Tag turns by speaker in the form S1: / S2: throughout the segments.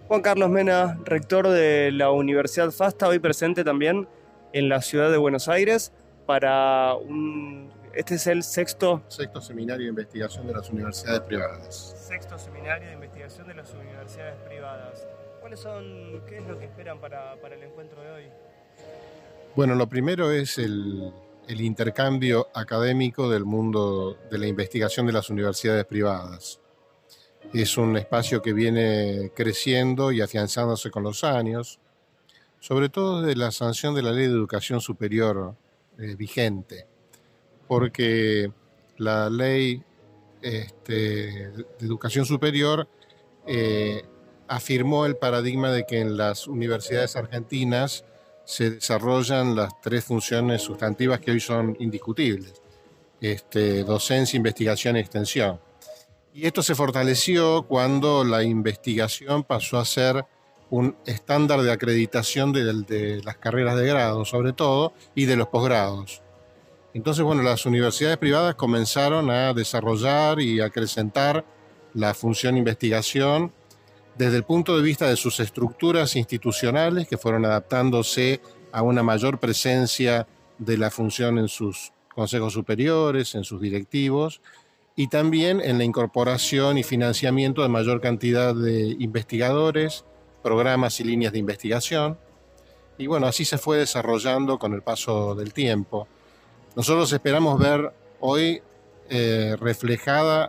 S1: Juan Carlos Mena, rector de la Universidad FASTA, hoy presente también en la ciudad de Buenos Aires para este es el
S2: Sexto Seminario de Investigación de las Universidades Privadas.
S1: sexto seminario de investigación de las universidades privadas. ¿Qué es lo que esperan para el encuentro de hoy?
S2: Bueno, lo primero es el intercambio académico del mundo de la investigación de las universidades privadas. Es un espacio que viene creciendo y afianzándose con los años, sobre todo desde la sanción de la Ley de Educación Superior vigente, porque la Ley de Educación Superior afirmó el paradigma de que en las universidades argentinas se desarrollan las tres funciones sustantivas que hoy son indiscutibles: docencia, investigación y extensión. Y esto se fortaleció cuando la investigación pasó a ser un estándar de acreditación de las carreras de grado, sobre todo, y de los posgrados. Entonces, bueno, las universidades privadas comenzaron a desarrollar y a acrecentar la función investigación desde el punto de vista de sus estructuras institucionales, que fueron adaptándose a una mayor presencia de la función en sus consejos superiores, en sus directivos, y también en la incorporación y financiamiento de mayor cantidad de investigadores, programas y líneas de investigación. Y bueno, así se fue desarrollando con el paso del tiempo. Nosotros esperamos ver hoy reflejada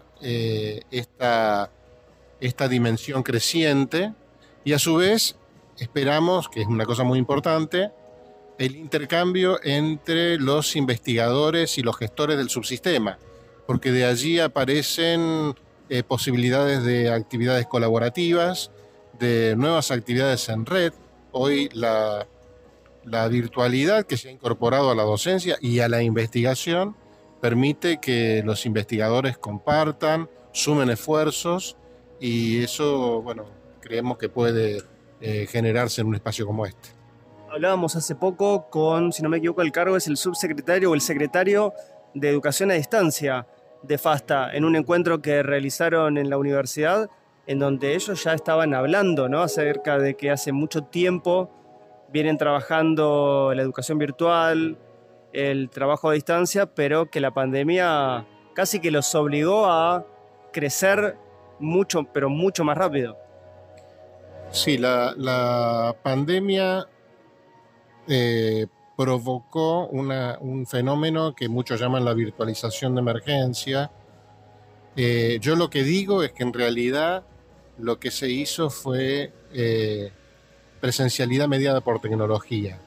S2: esta dimensión creciente, y a su vez esperamos, que es una cosa muy importante, el intercambio entre los investigadores y los gestores del subsistema, porque de allí aparecen posibilidades de actividades colaborativas, de nuevas actividades en red. Hoy la virtualidad que se ha incorporado a la docencia y a la investigación permite que los investigadores compartan, sumen esfuerzos, y eso, bueno, creemos que puede generarse en un espacio como este.
S1: Hablábamos hace poco con, si no me equivoco, el cargo es el subsecretario o el secretario de Educación a Distancia de FASTA, en un encuentro que realizaron en la universidad, en donde ellos ya estaban hablando, ¿no?, acerca de que hace mucho tiempo vienen trabajando la educación virtual, el trabajo a distancia, pero que la pandemia casi que los obligó a crecer mucho, pero mucho más rápido.
S2: Sí, la pandemia provocó un fenómeno que muchos llaman la virtualización de emergencia. Yo lo que digo es que en realidad lo que se hizo fue presencialidad mediada por tecnología.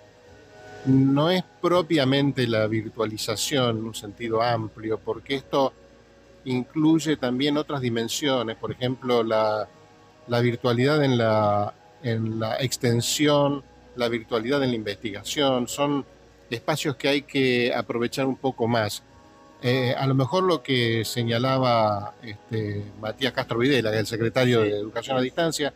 S2: No es propiamente la virtualización en un sentido amplio, porque esto incluye también otras dimensiones, por ejemplo, la virtualidad en la extensión, la virtualidad en la investigación. Son espacios que hay que aprovechar un poco más. A lo mejor lo que señalaba Matías Castro Videla, el secretario de Educación a Distancia,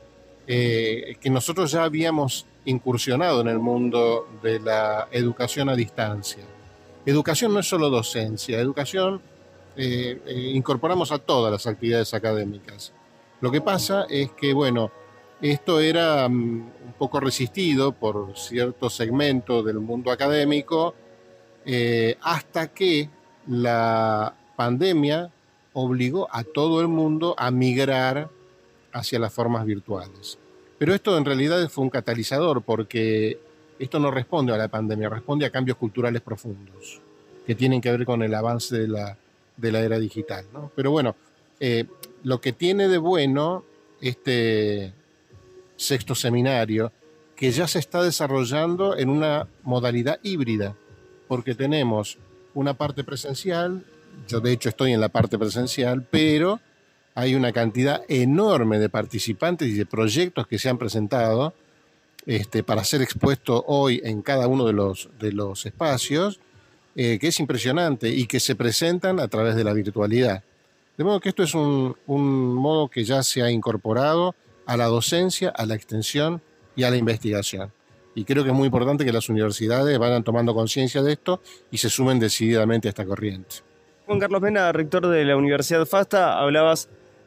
S2: que nosotros ya habíamos incursionado en el mundo de la educación a distancia. Educación no es solo docencia, educación incorporamos a todas las actividades académicas. Lo que pasa es que, bueno, esto era un poco resistido por cierto segmento del mundo académico, hasta que la pandemia obligó a todo el mundo a migrar hacia las formas virtuales. Pero esto en realidad fue un catalizador, porque esto no responde a la pandemia, responde a cambios culturales profundos que tienen que ver con el avance de la era digital, ¿no? Pero bueno, lo que tiene de bueno este sexto seminario, que ya se está desarrollando en una modalidad híbrida, porque tenemos una parte presencial, yo de hecho estoy en la parte presencial, pero hay una cantidad enorme de participantes y de proyectos que se han presentado para ser expuesto hoy en cada uno de los espacios, que es impresionante y que se presentan a través de la virtualidad. De modo que esto es un modo que ya se ha incorporado a la docencia, a la extensión y a la investigación. Y creo que es muy importante que las universidades vayan tomando conciencia de esto y se sumen decididamente a esta corriente.
S1: Juan Carlos Mena, rector de la Universidad FASTA, hablabas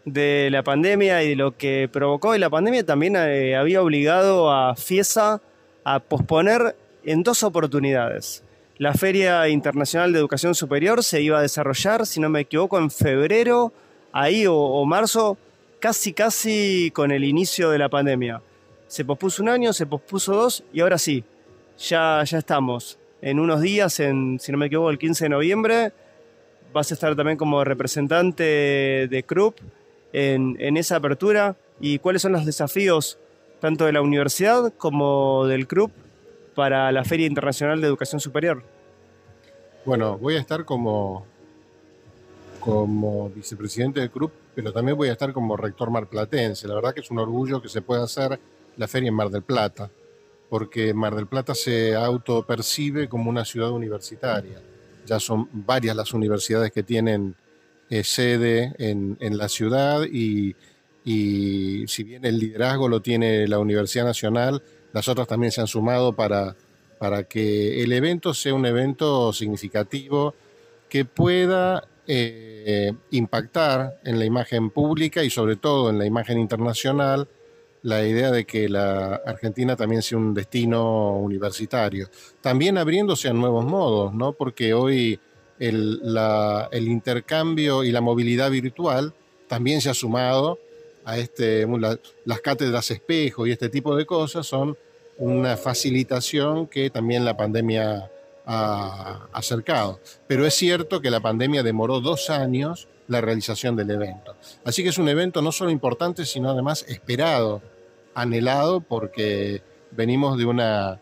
S1: de la pandemia y de lo que provocó, y la pandemia también había obligado a FIESA a posponer en 2 oportunidades. La Feria Internacional de Educación Superior se iba a desarrollar, si no me equivoco, en febrero, ahí o marzo, casi con el inicio de la pandemia. Se pospuso un año, se pospuso 2 y ahora sí, ya estamos. En unos días, si no me equivoco, el 15 de noviembre, vas a estar también como representante de CRUP en esa apertura. ¿Y cuáles son los desafíos tanto de la universidad como del CRUP para la Feria Internacional de Educación Superior?
S2: Bueno, voy a estar como vicepresidente del CRUP, pero también voy a estar como rector marplatense. La verdad que es un orgullo que se pueda hacer la feria en Mar del Plata, porque Mar del Plata se autopercibe como una ciudad universitaria. Ya son varias las universidades que tienen sede en la ciudad y si bien el liderazgo lo tiene la Universidad Nacional, las otras también se han sumado para que el evento sea un evento significativo que pueda impactar en la imagen pública y sobre todo en la imagen internacional la idea de que la Argentina también sea un destino universitario. También abriéndose a nuevos modos, ¿no? Porque hoy el intercambio y la movilidad virtual también se ha sumado a las cátedras espejo y este tipo de cosas son una facilitación que también la pandemia ha acercado. Pero es cierto que la pandemia demoró 2 años la realización del evento. Así que es un evento no solo importante, sino además esperado, anhelado, porque venimos de una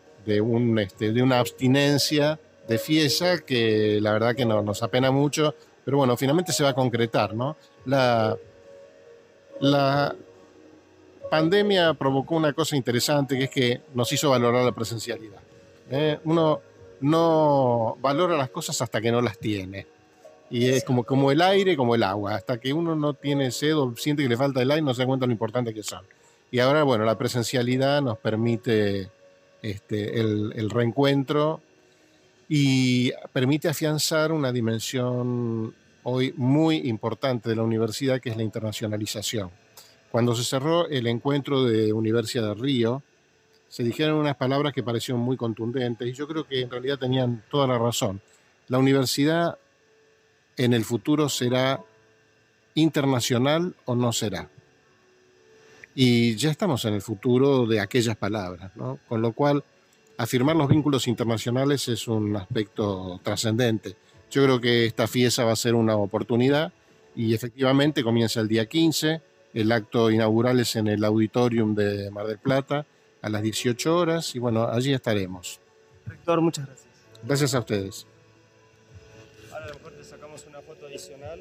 S2: abstinencia de FIESA que la verdad que nos apena mucho, pero bueno, finalmente se va a concretar, ¿no? La pandemia provocó una cosa interesante, que es que nos hizo valorar la presencialidad. Uno no valora las cosas hasta que no las tiene. Y es como el aire, como el agua. Hasta que uno no tiene sed o siente que le falta el aire, no se da cuenta lo importante que son. Y ahora, bueno, la presencialidad nos permite el reencuentro y permite afianzar una dimensión hoy muy importante de la universidad, que es la internacionalización. Cuando se cerró el encuentro de Universidad de Río, se dijeron unas palabras que parecieron muy contundentes y yo creo que en realidad tenían toda la razón. La universidad en el futuro será internacional o no será. Y ya estamos en el futuro de aquellas palabras, ¿no? Con lo cual, afirmar los vínculos internacionales es un aspecto trascendente. Yo creo que esta fiesta va a ser una oportunidad y efectivamente comienza el día 15. El acto inaugural es en el Auditorium de Mar del Plata a las 18 horas y bueno, allí estaremos.
S1: Rector, muchas gracias.
S2: Gracias a ustedes.
S1: Ahora a lo mejor te sacamos una foto adicional.